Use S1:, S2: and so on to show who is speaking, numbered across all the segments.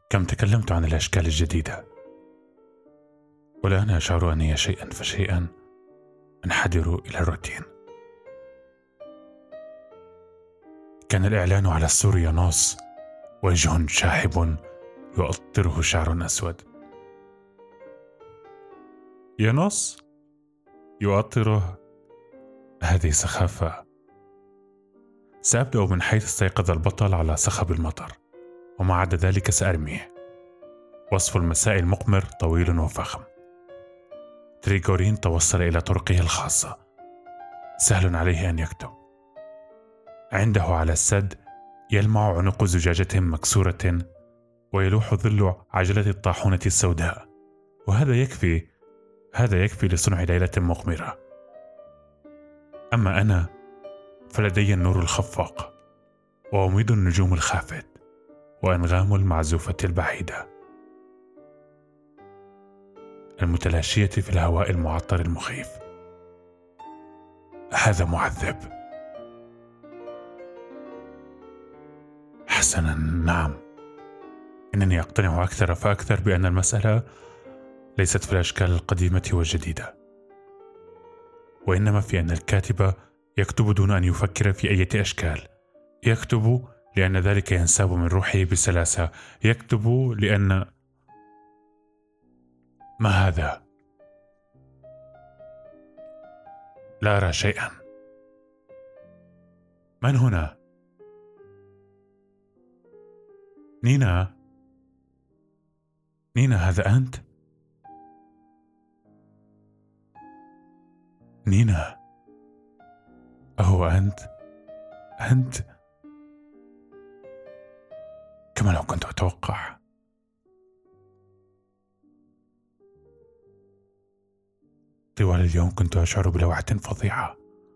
S1: كم تكلمت عن الأشكال الجديدة، والآن أشعر أني شيئا فشيئا أنحدر إلى الروتين. كان الإعلان على السور ينص، وجه شاحب يؤطره شعر أسود. ينص يؤطره، هذه سخافة. سأبدأ من حيث استيقظ البطل على صخب المطر، وما عدا ذلك سأرميه. وصف المساء المقمر طويل وفخم. تريغورين توصل إلى طرقه الخاصة، سهل عليه أن يكتب. عنده على السد يلمع عنق زجاجة مكسورة، ويلوح ظل عجلة الطاحونة السوداء، وهذا يكفي لصنع ليلة مغمرة. أما أنا فلدي النور الخفاق، وأميض النجوم الخافت، وأنغام المعزوفة البعيدة المتلاشية في الهواء المعطر المخيف. هذا معذب. حسنا، نعم، إنني أقتنع أكثر فأكثر بأن المسألة ليست في الأشكال القديمة والجديدة، وإنما في أن الكاتب يكتب دون أن يفكر في أي أشكال. يكتب لأن ذلك ينساب من روحه بسلاسة. يكتب لأن... ما هذا؟ لا أرى شيئا. من هنا؟ نينا، هذا أنت؟ نينا، أهو أنت؟ كما لو كنت أتوقع. طوال اليوم كنت أشعر بلوعة فظيعة.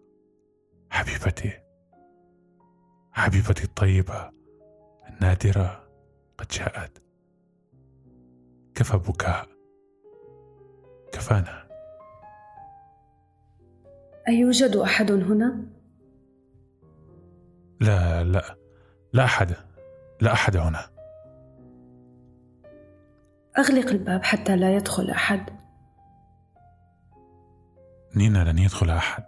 S1: حبيبتي الطيبة النادرة قد جاءت. كفى بكاء، كفانا.
S2: أيوجد أحد هنا؟
S1: لا أحد هنا.
S2: أغلق الباب حتى لا يدخل أحد.
S1: نينا، لن يدخل أحد.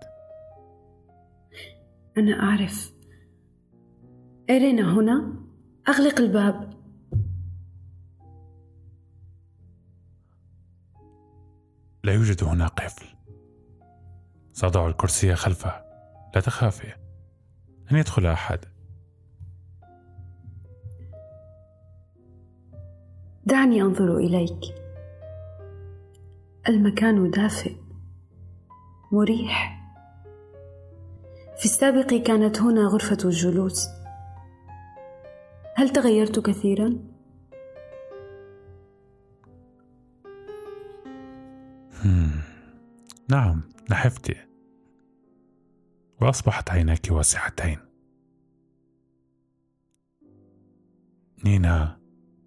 S2: أنا أعرف. إيرينا هنا. أغلق الباب.
S1: لا يوجد هنا قفل. سأضع الكرسي خلفه، لا تخافي، لن يدخل أحد.
S2: دعني أنظر إليك. المكان دافئ مريح. في السابق كانت هنا غرفة الجلوس. هل تغيرت كثيرا؟
S1: نعم، نحفتي، وأصبحت عيناك واسعتين. نينا،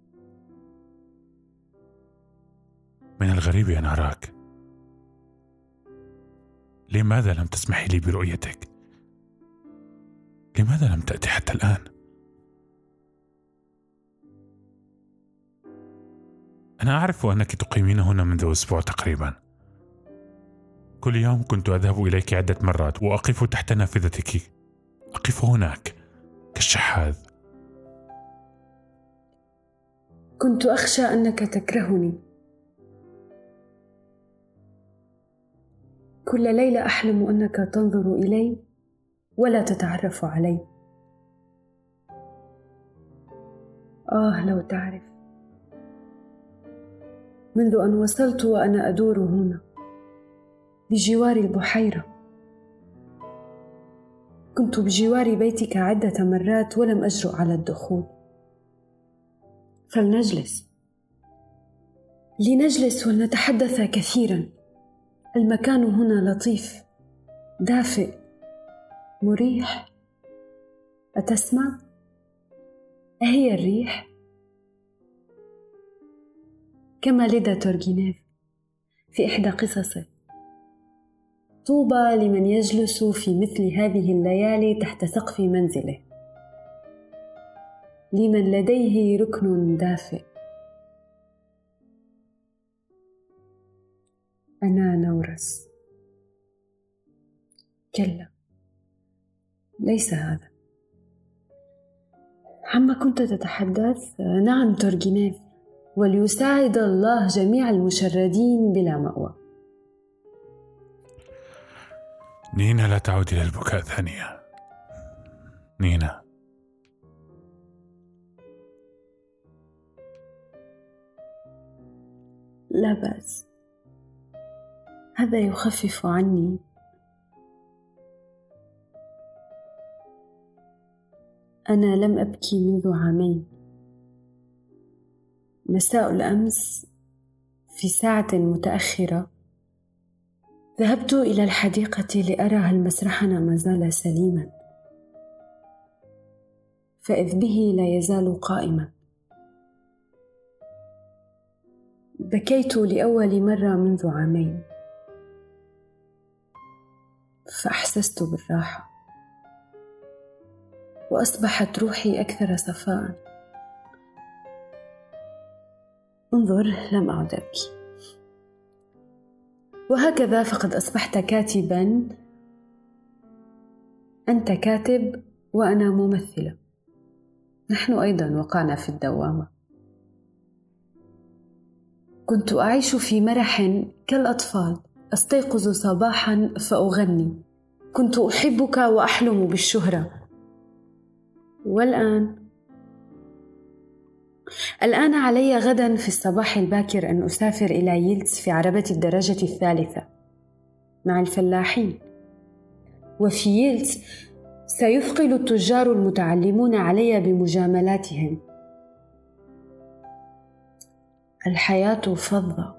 S1: من الغريب أن أراك. لماذا لم تسمحي لي برؤيتك؟ لماذا لم تأتي حتى الآن؟ أنا أعرف أنك تقيمين هنا منذ أسبوع تقريبا. كل يوم كنت أذهب إليك عدة مرات، وأقف تحت نافذتك. أقف هناك كالشحاذ.
S2: كنت أخشى أنك تكرهني. كل ليلة أحلم أنك تنظر إلي ولا تتعرف علي. لو تعرف، منذ أن وصلت وأنا أدور هنا بجوار البحيرة. كنت بجوار بيتك عدة مرات ولم أجرؤ على الدخول. فلنجلس، لنجلس ولنتحدث كثيرا. المكان هنا لطيف، دافئ، مريح. أتسمع؟ أهي الريح؟ كما لدى تورغينيف في إحدى قصصه: طوبى لمن يجلس في مثل هذه الليالي تحت سقف منزله، لمن لديه ركن دافئ أنا نورس. كلا، ليس هذا عما كنت تتحدث. نعم تورغينيف، وليساعد الله جميع المشردين بلا مأوى.
S1: نينا، لا تعود إلى البكاء ثانية. نينا،
S2: لا بأس، هذا يخفف عني. أنا لم أبكي منذ عامين. مساء الأمس في ساعة متأخرة ذهبت إلى الحديقة لأرى هل مسرحنا ما زال سليما، فإذ به لا يزال قائما. بكيت لأول مرة منذ عامين، فأحسست بالراحة وأصبحت روحي أكثر صفاء. انظر، لم أعد أبكي. وهكذا فقد أصبحت كاتبا. أنت كاتب وأنا ممثلة، نحن أيضا وقعنا في الدوامة. كنت أعيش في مرح كالأطفال، أستيقظ صباحا فأغني. كنت أحبك وأحلم بالشهرة. الآن علي غدا في الصباح الباكر أن أسافر إلى ييلتس في عربة الدرجة الثالثة مع الفلاحين. وفي ييلتس سيثقل التجار المتعلمون علي بمجاملاتهم. الحياة فضة.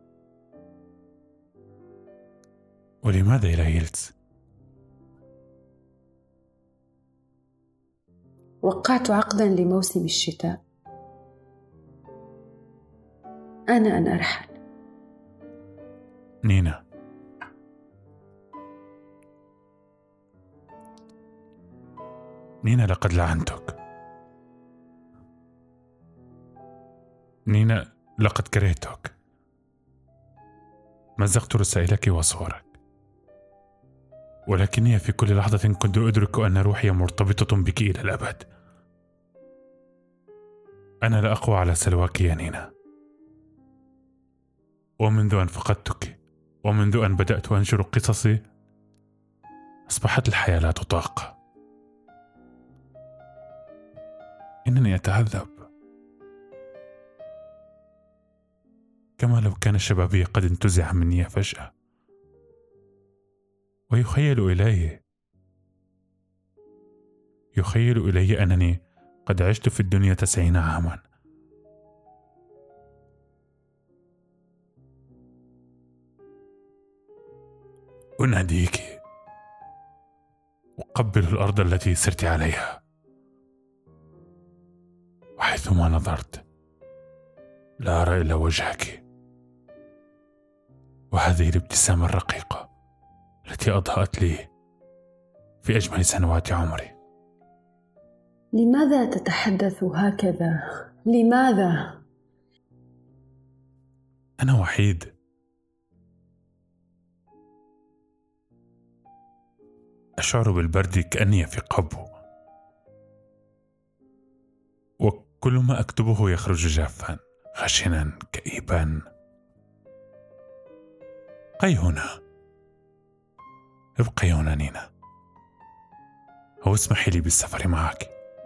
S1: ولماذا إلى ييلتس؟
S2: وقعت عقدا لموسم الشتاء. أنا أن أرحل.
S1: نينا، نينا، لقد لعنتك. نينا، لقد كرهتك. مزقت رسائلك وصورك، ولكني في كل لحظة كنت أدرك أن روحي مرتبطة بك إلى الأبد. أنا لا أقوى على سلواك يا نينا. ومنذ أن فقدتك، ومنذ أن بدأت أنشر قصصي، أصبحت الحياة لا تطاق. إنني أتعذب، كما لو كان شبابي قد انتزع مني فجأة. يخيل إلي أنني قد عشت في الدنيا 90 عاما. أناديك، أقبل الأرض التي سرت عليها، وحيثما نظرت لا أرى إلا وجهك، وهذه الابتسامة الرقيقة التي أضاءت لي في أجمل سنوات عمري.
S2: لماذا تتحدث هكذا؟ لماذا؟
S1: أنا وحيد. أشعر بالبرد كأني في قبو، وكل ما أكتبه يخرج جافا خشنا كئيبا. ابقي هنا نينا، أو اسمحي لي بالسفر معك.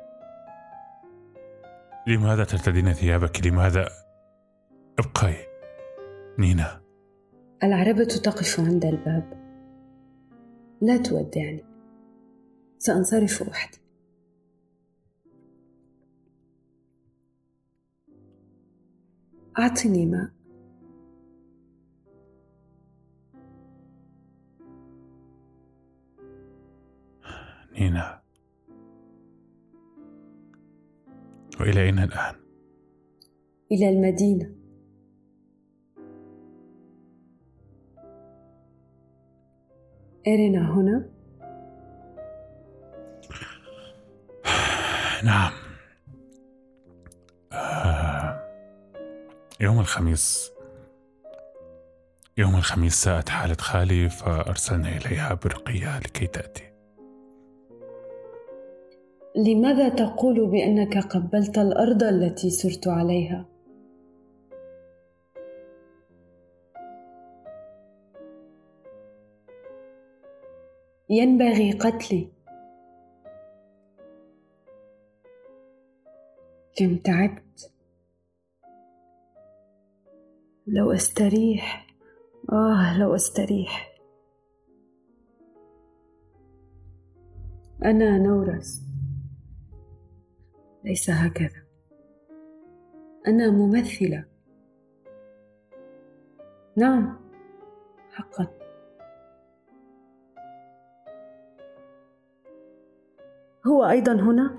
S1: لماذا ترتدين ثيابك؟ لماذا؟ ابقي نينا.
S2: العربة تقف عند الباب. لا تودعني، سأنصرف وحدي. أعطني ماء.
S1: نينا، وإلى أين الآن؟
S2: إلى المدينة. إرينا هنا؟
S1: نعم. يوم الخميس يوم الخميس ساءت حالة خالي فأرسلنا إليها برقية لكي تأتي.
S2: لماذا تقول بأنك قبلت الأرض التي سرت عليها؟ ينبغي قتلي. كم تعبت. لو أستريح، لو أستريح. أنا نورس، ليس هكذا. أنا ممثلة. نعم، حقا. هو أيضا هنا؟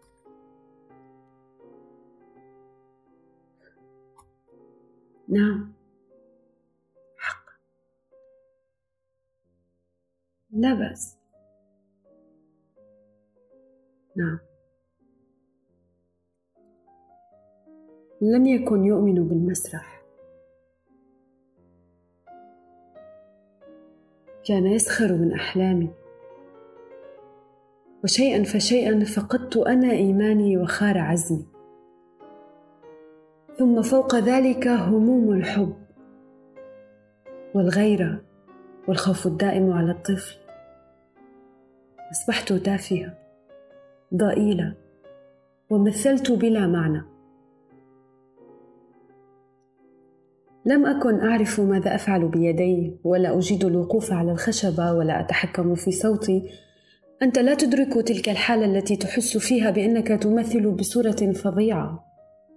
S2: نعم، حقا. لا بأس. نعم. لم يكن يؤمن بالمسرح. كان يسخر من أحلامي، وشيئا فشيئا فقدت أنا إيماني وخار عزمي. ثم فوق ذلك هموم الحب والغيرة والخوف الدائم على الطفل. أصبحت تافهة ضئيلة ومثلت بلا معنى. لم أكن أعرف ماذا أفعل بيدي، ولا أجيد الوقوف على الخشبة، ولا أتحكم في صوتي. أنت لا تدرك تلك الحالة التي تحس فيها بأنك تمثل بصورة فظيعة.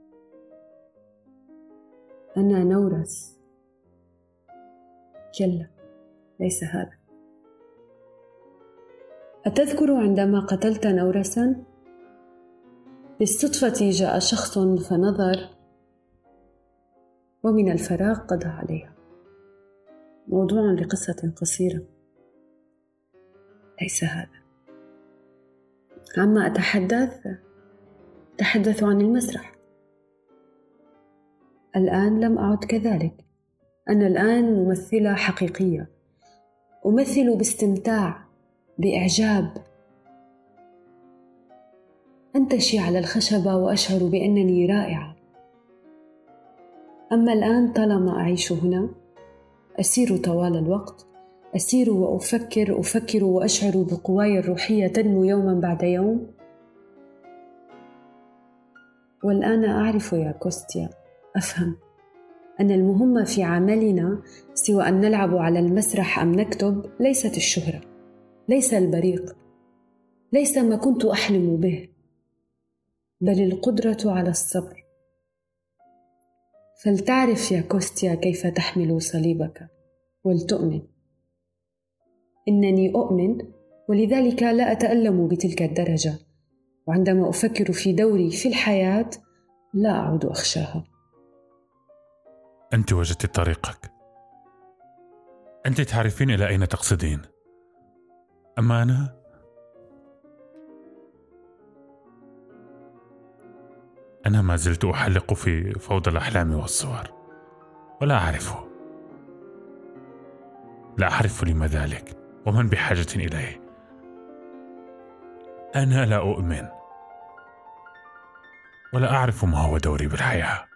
S2: أنا نورس. كلا، ليس هذا. أتذكر عندما قتلت نورسا؟ بالصدفة جاء شخص فنظر، ومن الفراغ قضى عليها. موضوع لقصة قصيرة. ليس هذا. عما أتحدث عن المسرح. الآن لم أعد كذلك. أنا الآن ممثلة حقيقية، أمثل باستمتاع، بإعجاب. أنتشي على الخشبة وأشعر بأنني رائعة. أما الآن طالما أعيش هنا، أسير طوال الوقت، أسير وأفكر وأشعر بقواي الروحية تنمو يوما بعد يوم. والآن أعرف يا كوستيا، أفهم أن المهم في عملنا، سوى أن نلعب على المسرح أم نكتب، ليست الشهرة، ليس البريق، ليس ما كنت أحلم به، بل القدرة على الصبر. فلتعرف يا كوستيا كيف تحمل صليبك، ولتؤمن. إنني أؤمن، ولذلك لا أتألم بتلك الدرجة، وعندما أفكر في دوري في الحياة لا أعود أخشاها.
S1: أنت وجدت طريقك، أنت تعرفين إلى أين تقصدين. أما أنا ما زلت أحلق في فوضى الأحلام والصور، ولا أعرفه. لا أعرف لما ذلك، ومن بحاجة إليه. أنا لا أؤمن، ولا أعرف ما هو دوري بالحياة.